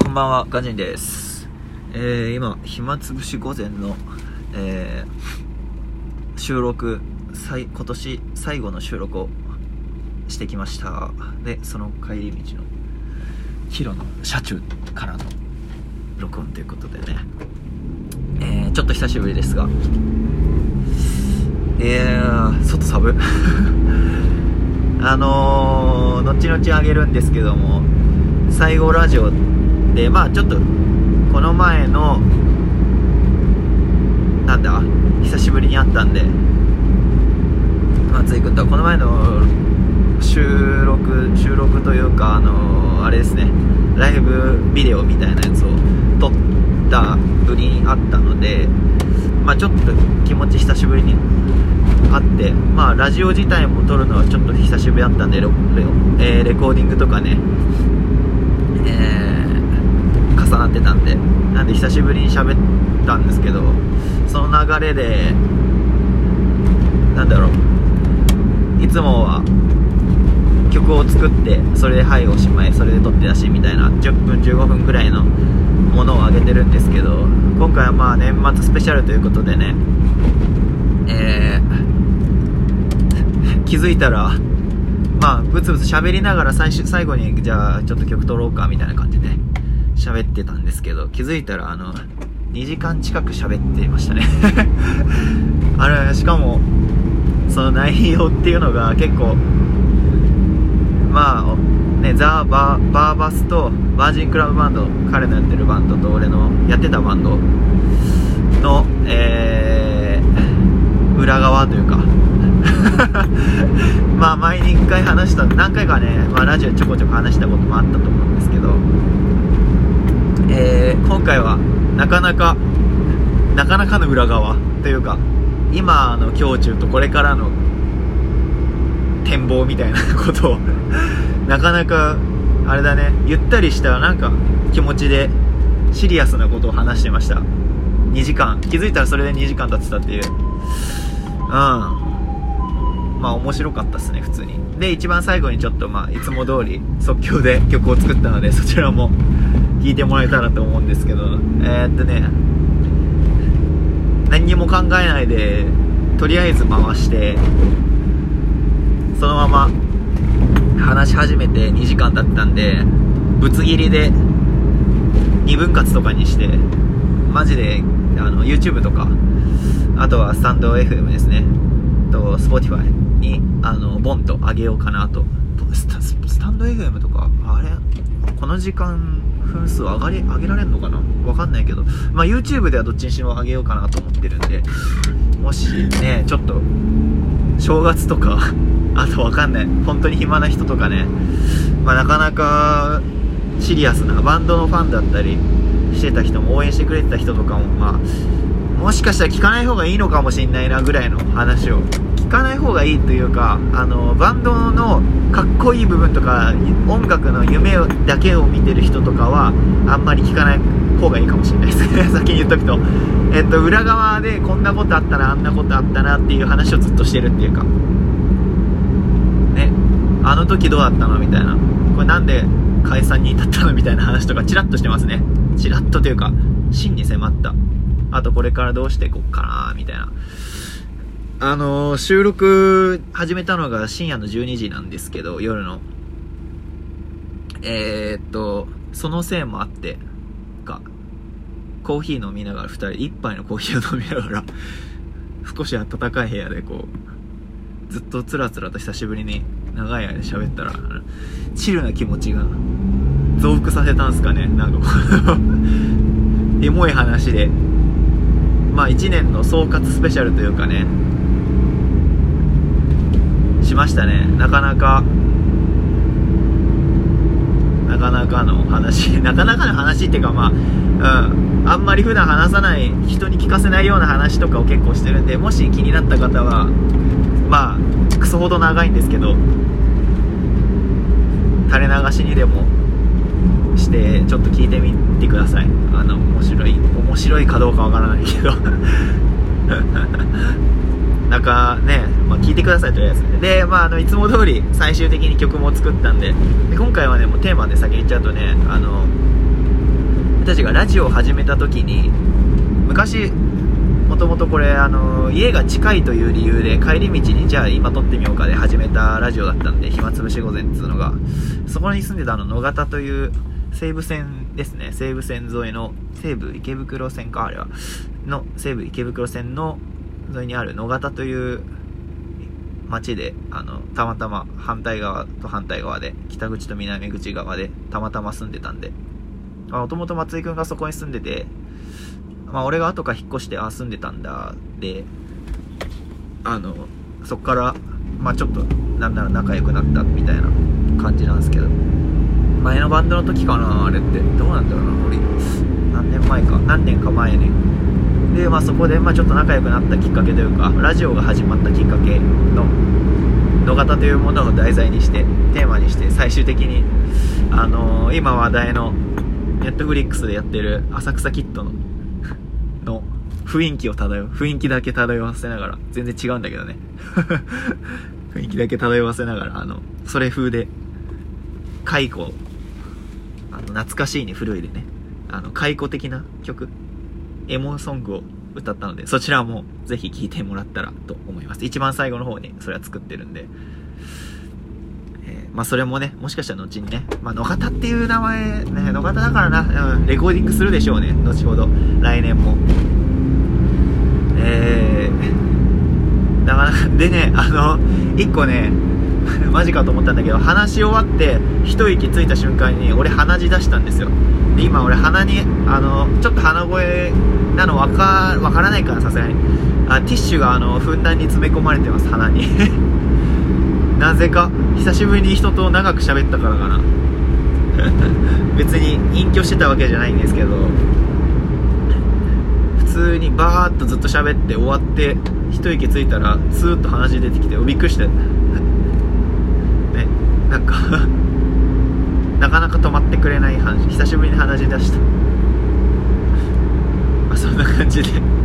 こんばんは、ガジンです。今、暇つぶし午前の、収録、今年最後の収録をしてきました。で、その帰り道のヒロの車中からの録音ということでね、ちょっと久しぶりですが、外寒後々あげるんですけども、最後ラジオでちょっとこの前の久しぶりに会ったんで、松井君とはこの前の収録というかあれですね、ライブビデオみたいなやつを撮ったぶりにあったので、ちょっと気持ち久しぶりに会って、ラジオ自体も撮るのはちょっと久しぶりだったんで、レコーディングとかね、重なってたんで、なんで久しぶりに喋ったんですけど、その流れでいつもは曲を作ってそれではいおしまい、それで撮ってだしみたいな10分15分くらいのものを上げてるんですけど、今回は年末スペシャルということでね、気づいたらブツブツ喋りながら最後にじゃあちょっと曲撮ろうかみたいな感じで喋ってたんですけど、気づいたら2時間近く喋ってましたねしかもその内容っていうのが結構ザ・バーバスとバージンクラブバンド、彼のやってるバンドと俺のやってたバンドの、裏側というか前に1回話した何回かね、ラジオでちょこちょこ話したこともあったと思うんですけど、今回はなかなかの裏側というか、今の胸中とこれからの展望みたいなことをなかなかあれだね、ゆったりした気持ちでシリアスなことを話してました。2時間、気づいたらそれで2時間経ってたっていう。面白かったっすね、普通に。で、一番最後にちょっといつも通り即興で曲を作ったので、そちらも聴いてもらえたらと思うんですけど、何にも考えないでとりあえず回してそのまま話し始めて2時間だったんで、ぶつ切りで2分割とかにして、マジでYouTube とか、あとはスタンド FM ですねと Spotify にボンと上げようかなと。スタンド FM とかこの時間分数上げられるのかな、わかんないけど、YouTube ではどっちにしろ上げようかなと思ってるんで、もしねちょっと正月とかあとわかんない、本当に暇な人とかね、なかなかシリアスなバンドのファンだったりしてた人も、応援してくれてた人とかももしかしたら聞かない方がいいのかもしれないなぐらいの話を、聞かない方がいいというか、バンドのかっこいい部分とか音楽の夢だけを見てる人とかはあんまり聞かない方がいいかもしれないですね先に言っとくと、裏側でこんなことあったなあんなことあったなっていう話をずっとしてるっていうかね、あの時どうだったのみたいな、これなんで解散に至ったのみたいな話とかチラッとしてますね。チラッとというか真に迫った、あとこれからどうしていこっかなみたいな。収録始めたのが深夜の12時なんですけど、夜のそのせいもあってか、コーヒー飲みながら2人一杯のコーヒーを飲みながら少し暖かい部屋でずっとつらつらと久しぶりに長い間喋ったら、チルな気持ちが増幅させたんすかね。エモい話で1年の総括スペシャルというかね、しましたね。なかなかの話っていうかあんまり普段話さない、人に聞かせないような話とかを結構してるんで、もし気になった方はクソほど長いんですけど垂れ流しにでもしてちょっと聞いてみてください。面白いかどうかわからないけど聞いてくださいとりあえず。で、いつも通り最終的に曲も作ったんで、今回はね、もうテーマで先言っちゃうとね、 たちがラジオを始めた時に、昔もともとこれ家が近いという理由で帰り道にじゃあ今撮ってみようかで始めたラジオだったんで、暇つぶし午前っつうのが、そこに住んでた野方という西武線ですね、西武線沿いの西武池袋線か、あれはの西武池袋線の沿いにある野方という町で、たまたま反対側と反対側で、北口と南口側でたまたま住んでたんで、もともと松井くんがそこに住んでて、俺が後から引っ越して、住んでたんだで、そっからちょっとなんなら仲良くなったみたいな感じなんですけど、前のバンドの時かな、あれってどうなんだろうな、俺何年か前ね。でそこでちょっと仲良くなったきっかけというか、ラジオが始まったきっかけの野方というものを題材にしてテーマにして、最終的に今話題のネットフリックスでやってる浅草キッドの雰囲気だけ漂わせながら、全然違うんだけどね雰囲気だけ漂わせながら、それ風で解雇、懐かしいに古いでね、解雇的な曲、エモソングを歌ったので、そちらもぜひ聴いてもらったらと思います。一番最後の方にそれは作ってるんで、それもね、もしかしたら後にね、野方っていう名前ね、野方だからな、レコーディングするでしょうね、後ほど来年も。なかなかでね、一個ねマジかと思ったんだけど、話し終わって一息ついた瞬間に俺鼻血出したんですよ。で今俺鼻にちょっと鼻声なのわからないから、さすがにティッシュがふんだんに詰め込まれてます、鼻になぜか久しぶりに人と長く喋ったからかな別に隠居してたわけじゃないんですけど、普通にバーッとずっと喋って終わって一息ついたらスーッと鼻血出てきてびっくりしてね、なんかなかなか止まってくれない話、久しぶりに鼻血出したそんな感じで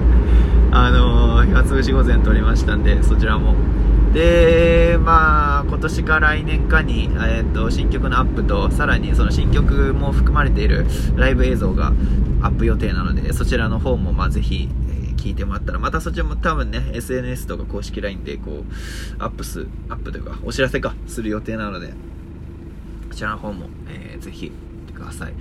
暇つぶし午前撮りましたんで、そちらもで今年か来年かに、新曲のアップと、さらにその新曲も含まれているライブ映像がアップ予定なので、そちらの方もぜひ、聞いてもらったら、またそちらも多分ね SNS とか公式 LINE でこうアップというかお知らせする予定なので、こちらの方も、ぜひ見てください。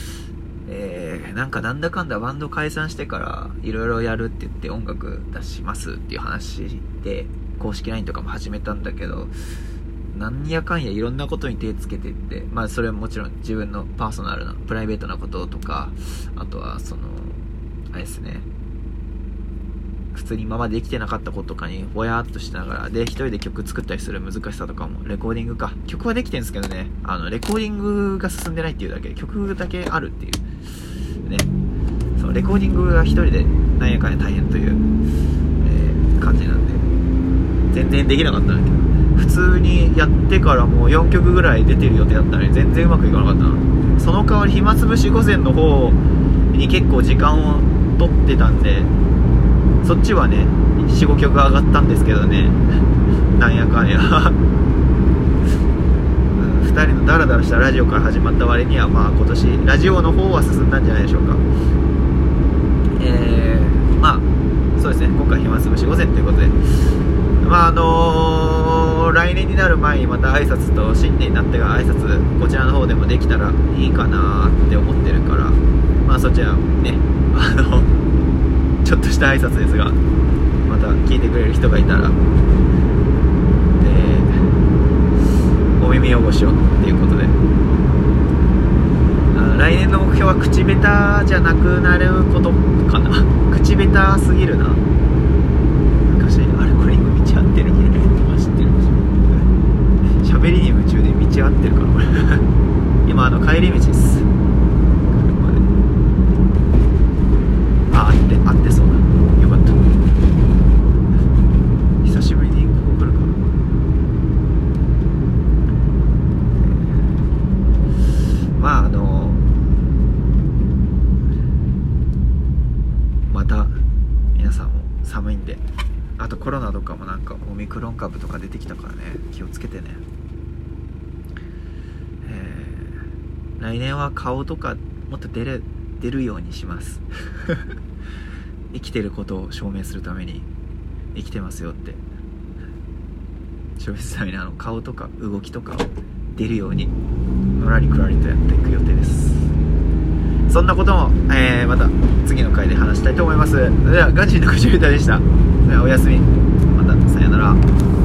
なんだかんだバンド解散してからいろいろやるって言って音楽出しますっていう話で公式 LINE とかも始めたんだけど、なんやかんやいろんなことに手つけていって、それはもちろん自分のパーソナルなプライベートなこととか、あとはあれですね、普通に今までできてなかったこととかにぼやーっとしながらで、一人で曲作ったりする難しさとかも、レコーディングか、曲はできてるんですけどね、レコーディングが進んでないっていうだけで、曲だけあるっていうね、そのレコーディングが一人でなんやかんや大変という、感じなんで全然できなかったんだけど、普通にやってからもう4曲ぐらい出てる予定だったのに全然うまくいかなかったな。その代わり暇つぶし午前の方に結構時間を取ってたんで、そっちはね 4,5 曲上がったんですけどねなんやかんや2人のダラダラしたラジオから始まった割には、今年ラジオの方は進んだんじゃないでしょうか。そうですね、今回暇つぶし午前ということで、来年になる前にまた挨拶と、新年になってから挨拶こちらの方でもできたらいいかなって思ってるから、そちらねちょっとした挨拶ですが、また聞いてくれる人がいたら、お耳汚しをっていうことで、来年の目標は口下手じゃなくなることかな。口下手すぎるな。昔あれこれ今道合ってるみたいな走ってる喋りに夢中で道合ってるからこれ今帰り道です。合ってそうだ、よかった。久しぶりにここ来るからまた皆さんも寒いんで、あとコロナとかもオミクロン株とか出てきたからね、気をつけてね。来年は顔とかもっと出れ出るようにします生きてることを証明するために生きてますよって証明するために顔とか動きとかを出るようにのらりくらりとやっていく予定です。そんなことも、また次の回で話したいと思います。ではガチの口下手でした。おやすみ、またさよなら。